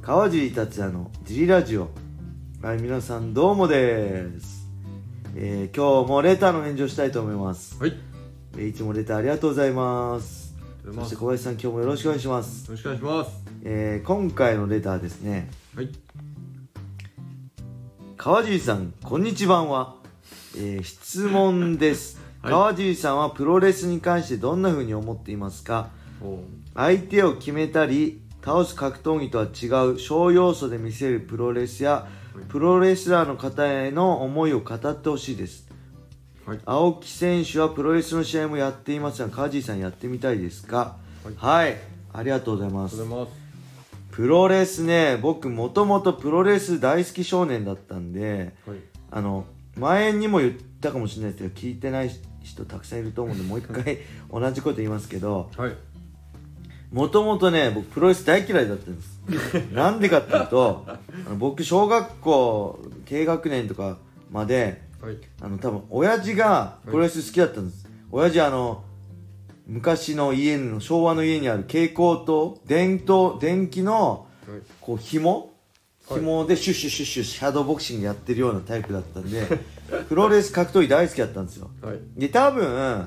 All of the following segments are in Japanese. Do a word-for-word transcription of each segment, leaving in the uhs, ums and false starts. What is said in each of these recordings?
川尻達也のジリラジオ。はい、皆さんどうもです、えー、今日もレターの返事をしたいと思います。 はい、 えー、いつもレターありがとうございます。そして小林さん、今日もよろしくお願いします。 よろしくお願いします。 えー、今回のレターですね。 はい、 川尻さん、こんにちは。えー、質問です、はい、川尻さんはプロレスに関してどんな風に思っていますか？相手を決めたり倒す格闘技とは違う小要素で見せるプロレスや、はい、プロレスラーの方への思いを語ってほしいです、はい、青木選手はプロレスの試合もやっていますが、川尻さんやってみたいですか？はい、はい、ありがとうございます。プロレスね、僕もともとプロレス大好き少年だったんで、はい、あの前にも言ったかもしれないですけど、聞いてない人たくさんいると思うんで、もう一回同じこと言いますけど、もともとね、僕プロレス大嫌いだったんですなんでかっていうと、あの僕小学校低学年とかまで、はい、あの多分親父がプロレス好きだったんです、はい、親父あの昔の家の昭和の家にある蛍光灯、電灯、電気のこう紐紐でシュッシュシュッシュシャドーボクシングやってるようなタイプだったんでプロレス格闘技大好きだったんですよ、はい、で多分、はい、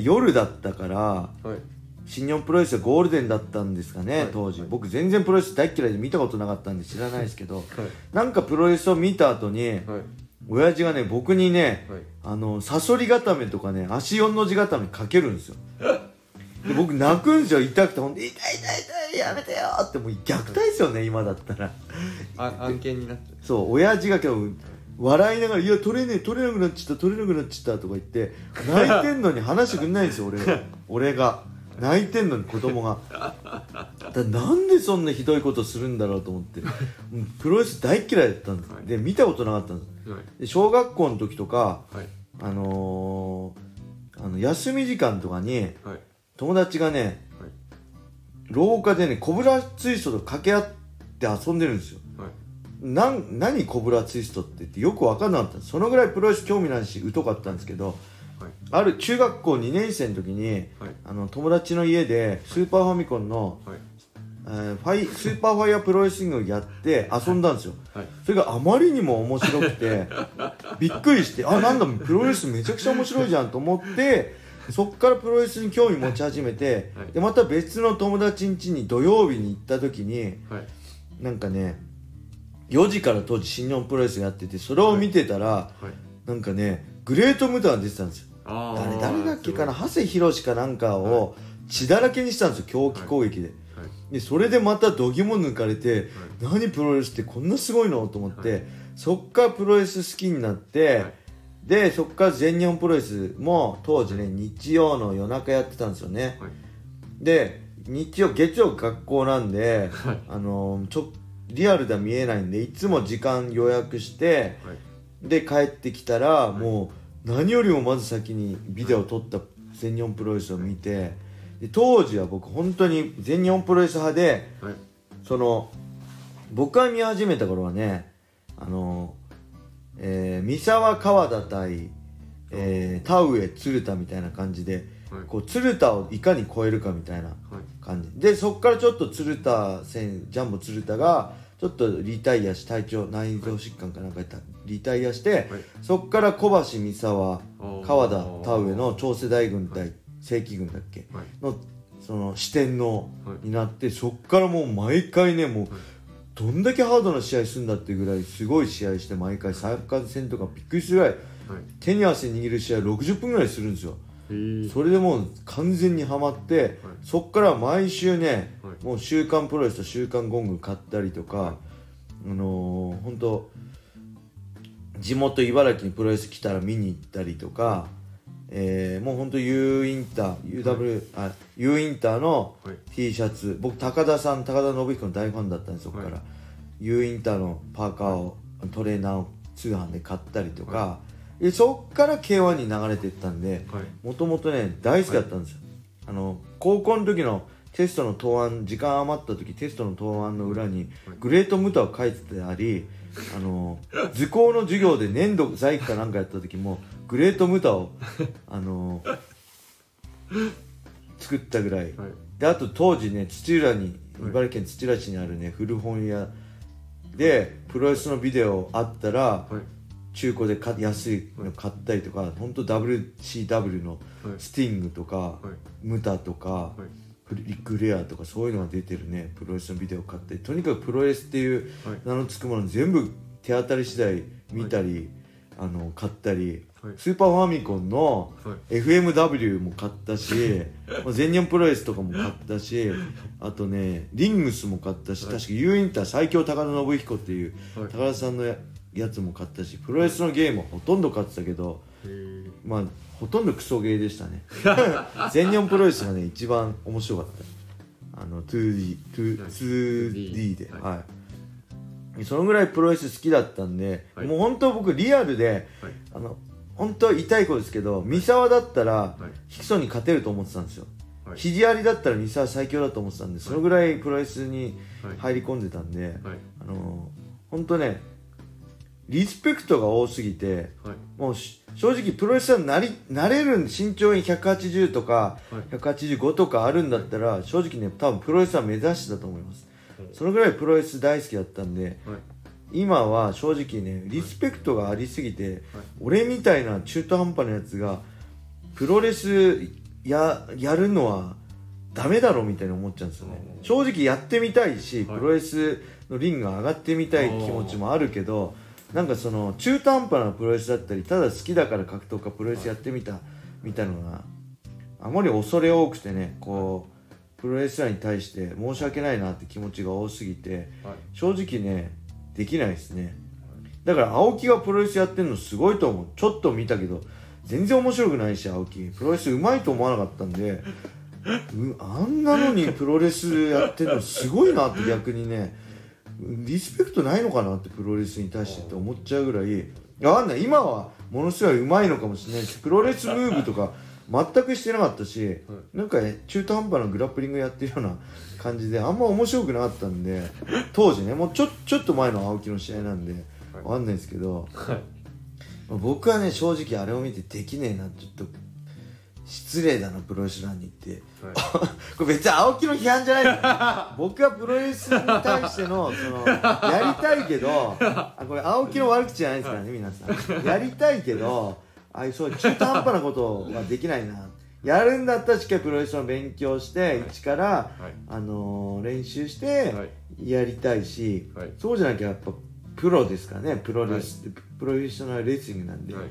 夜だったから、はい、新日本プロレスはゴールデンだったんですかね、はい、当時、はい、僕全然プロレス大嫌いで見たことなかったんで知らないですけど、はい、なんかプロレスを見た後に、はい、親父がね僕にね、はい、あのサソリ固めとかね足よんの字固めかけるんですよで僕泣くんですよ、痛くて、ほんで痛い痛い痛いやめてよって、もう虐待ですよね今だったらあ案件になっちゃう。 そう親父がけど笑いながら、いや取れねえ取れなくなっちゃった取れなくなっちゃったとか言って泣いてんのに話してくんないんですよ俺が俺が泣いてんのに子供がだなんでそんなひどいことするんだろうと思ってプロレス大嫌いだったんです、はい、で見たことなかったんです、はい、で小学校の時とか、はい、あのー、あの休み時間とかに、はい、友達がね、はい、廊下でねコブラツイストと掛け合って遊んでるんですよ、はい、なん何コブラツイストって言ってよく分かんなかったんです。そのぐらいプロレス興味ないし疎かったんですけど、はい、ある中学校にねん生の時に、はい、あの友達の家でスーパーファミコンの、はい、えー、ファイスーパーファイヤープロレスリングをやって遊んだんですよ、はいはい、それがあまりにも面白くてびっくりして、あ、なんだプロレスめちゃくちゃ面白いじゃんと思ってそっからプロレスに興味持ち始めて、はい、でまた別の友達ん家に土曜日に行った時に、はい、なんかねよじから当時新日本プロレスやってて、それを見てたら、はいはい、なんかねグレートムタが出てたんですよ。誰誰だっけかな、長谷博かなんかを血だらけにしたんですよ、狂気攻撃で、はいはい、でそれでまた度肝抜かれて、はい、何プロレスってこんなすごいのと思って、はい、そっからプロレス好きになって、はい、でそっから全日本プロレスも当時ね日曜の夜中やってたんですよね、はい、で日曜月曜学校なんで、はい、あのちょリアルでは見えないんでいつも時間予約して、はい、で帰ってきたら、はい、もう何よりもまず先にビデオを撮った全日本プロレスを見て、で当時は僕本当に全日本プロレス派で、はい、その僕が見始めた頃はね、あの、えー、三沢川田対、えー、田上鶴田みたいな感じで、はい、こう鶴田をいかに超えるかみたいな感じ、はい、でそっからちょっと鶴田戦ジャンボ鶴田がちょっとリタイアし体調内臓疾患かなんかやったリタイアして、はい、そっから小橋三沢川田田上の長世代軍対正規軍だっけ、はい、のその四天王になって、はい、そっからもう毎回ねもう、はい、どんだけハードな試合するんだっていうぐらいすごい試合して毎回サッカー戦とかびっくりするぐらい、はい、手に汗握る試合ろくじゅっぷんぐらいするんですよ。それでもう完全にハマって、はい、そっから毎週ね、はい、もう週刊プロレスと週刊ゴング買ったりとか、はい、あのー、本当地元茨城にプロレス来たら見に行ったりとか、えー、もう本当 U インター ユーダブリュー、はい、あ U インターの T シャツ、僕高田さん高田信彦の大ファンだったんです。そこから、はい、U インターのパーカーをトレーナーを通販で買ったりとか、はい、でそっから ケーワン に流れていったんで、もともとね大好きだったんですよ、はい、あの高校の時のテストの答案、時間余った時テストの答案の裏にグレートムタを書いてあり、あの図工の授業で粘土細工かなんかやった時もグレートムタをあの作ったぐらい、はい、であと当時ね土浦に茨城県土浦市にあるね古本屋でプロレスのビデオあったら、はい、中古でか安いの買ったりとか、はい、ほんと ダブリューシーダブリュー のスティングとか、はい、ムタとか、はい、リック・フレアとかそういうのが出てるねプロレスのビデオを買ったり、とにかくプロレスっていう名の付くもの全部手当たり次第見たり、はい、あの買ったり、はい、スーパーファミコンの エフエムダブリュー も買ったし、はい、全日本プロレスとかも買ったし、あとねリングスも買ったし、はい、確か U インター最強高田信彦っていう、はい、高田さんの や, やつも買ったし、プロレスのゲームほとんど買ってたけど、まあほとんどクソゲーでしたね全日本プロレスがね一番面白かった、あの ツーディー, ツーディー で、はい、はい、そのぐらいプロレス好きだったんで、はい、もう本当僕リアルで、はい、あの本当痛い子ですけど、三沢だったら、はい、ヒクソンに勝てると思ってたんですよ、はい、肘ありだったら三沢最強だと思ってたんで、そのぐらいプロレスに入り込んでたんで、はい、あの本当ねリスペクトが多すぎて、はい、もう正直プロレスはなりなれる身長にひゃくはちじゅうとか、はい、ひゃくはちじゅうごとかあるんだったら、正直ね多分プロレスは目指してたと思います。そのぐらいプロレス大好きだったんで、はい、今は正直ねリスペクトがありすぎて、はい、俺みたいな中途半端なやつがプロレス や, やるのはダメだろみたいに思っちゃうんですよね。正直やってみたいし、はい、プロレスのリングが上がってみたい気持ちもあるけど、なんかその中途半端なプロレスだったり、ただ好きだから格闘家プロレスやってみたみたいなのがあまり恐れ多くてね、こうプロレスラーに対して申し訳ないなって気持ちが多すぎて、はい、正直ねできないですね。だから青木がプロレスやってるのすごいと思う。ちょっと見たけど全然面白くないし、青木プロレスうまいと思わなかったんであんなのにプロレスやってるのすごいなって逆にねリスペクトないのかなってプロレスに対してって思っちゃうぐらい、わかんない、今はものすごいうまいのかもしれないし、プロレスムーブとか全くしてなかったし、はい、なんか中途半端なグラップリングやってるような感じであんま面白くなかったんで、当時ねもうちょ、ちょっと前の青木の試合なんでわかんないですけど、はい、僕はね正直あれを見てできねえな、ちょっと失礼だなプロレスラーにって、はい、これ別に青木の批判じゃないですよ僕はプロレスに対してのそのやりたいけどあこれ青木の悪口じゃないですからね皆さん、やりたいけどああいうそう中途半端なことはできないな、やるんだったらしっかりプロレスの勉強して、はい、一から、はい、あのー、練習してやりたいし、はい、そうじゃなきゃやっぱプロですからね、プロレス、はい、プロフェッショナルレスリングなんで、はい、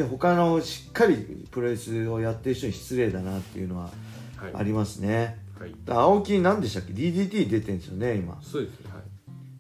他のしっかりプロレスをやってる人に失礼だなっていうのはありますね、はい、青木何でしたっけ ディーディーティー 出てるんですよね今。 そうですね、はい、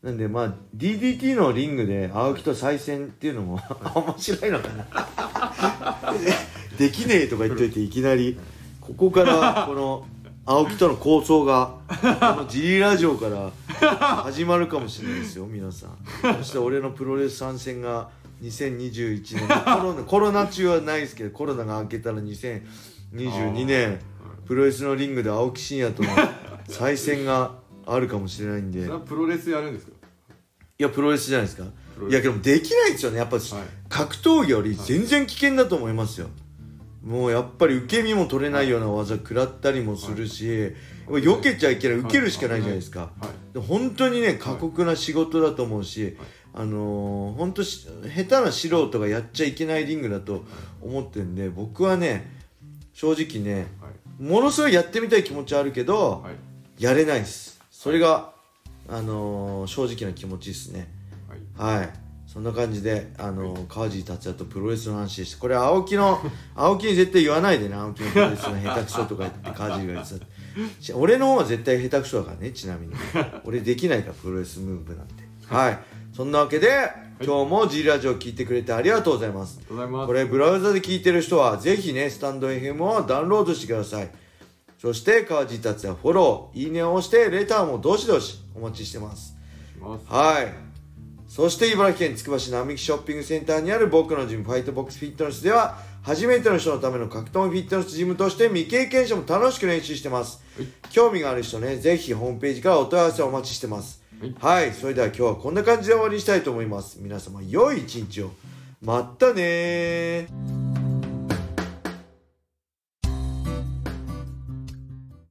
なんでまあ ディーディーティー のリングで青木と再戦っていうのも、はい、面白いのかなできねえとか言っといていきなりここからこの青木との構想がこのジリラジオから始まるかもしれないですよ皆さん。そして俺のプロレス参戦がにせんにじゅういちねんコロナ、コロナ中はないですけど、コロナが明けたらにせんにじゅうにねんプロレスのリングで青木真也との再戦があるかもしれないんで。 それはプロレスやるんですか？ いやプロレスじゃないですか。いやでもできないですよねやっぱ、はい、格闘技より全然危険だと思いますよ。もうやっぱり受け身も取れないような技食らったりもするし、はい、避けちゃいけない、受けるしかないじゃないですか、はいはい、で本当にね過酷な仕事だと思うし、はい、あのー、本当下手な素人がやっちゃいけないリングだと思ってるんで、僕はね正直ね、はい、ものすごいやってみたい気持ちはあるけど、はい、やれないです。それが、あのー、正直な気持ちですね。はい、はい、そんな感じで、あのー、川尻達也とプロレスの話でした。これ青木の青木に絶対言わないでね、青木のプロレスの下手くそとか言って川尻が言ってた。俺の方は絶対下手くそだからね、ちなみに俺できないからプロレスムーブなんて。はい、そんなわけで、はい、今日も G ラジオ聞いてくれてありがとうございます。これブラウザで聞いてる人はぜひねスタンド エフエム をダウンロードしてください。そして川尻達也フォローいいねを押してレターもどしどしお待ちしてます。はい、そして茨城県つくば市並木ショッピングセンターにある僕のジムファイトボックスフィットネスでは初めての人のための格闘技フィットネスジムとして未経験者も楽しく練習してます。興味がある人ねぜひホームページからお問い合わせをお待ちしてます。はい、それでは今日はこんな感じで終わりにしたいと思います。皆様良い一日を。またねー。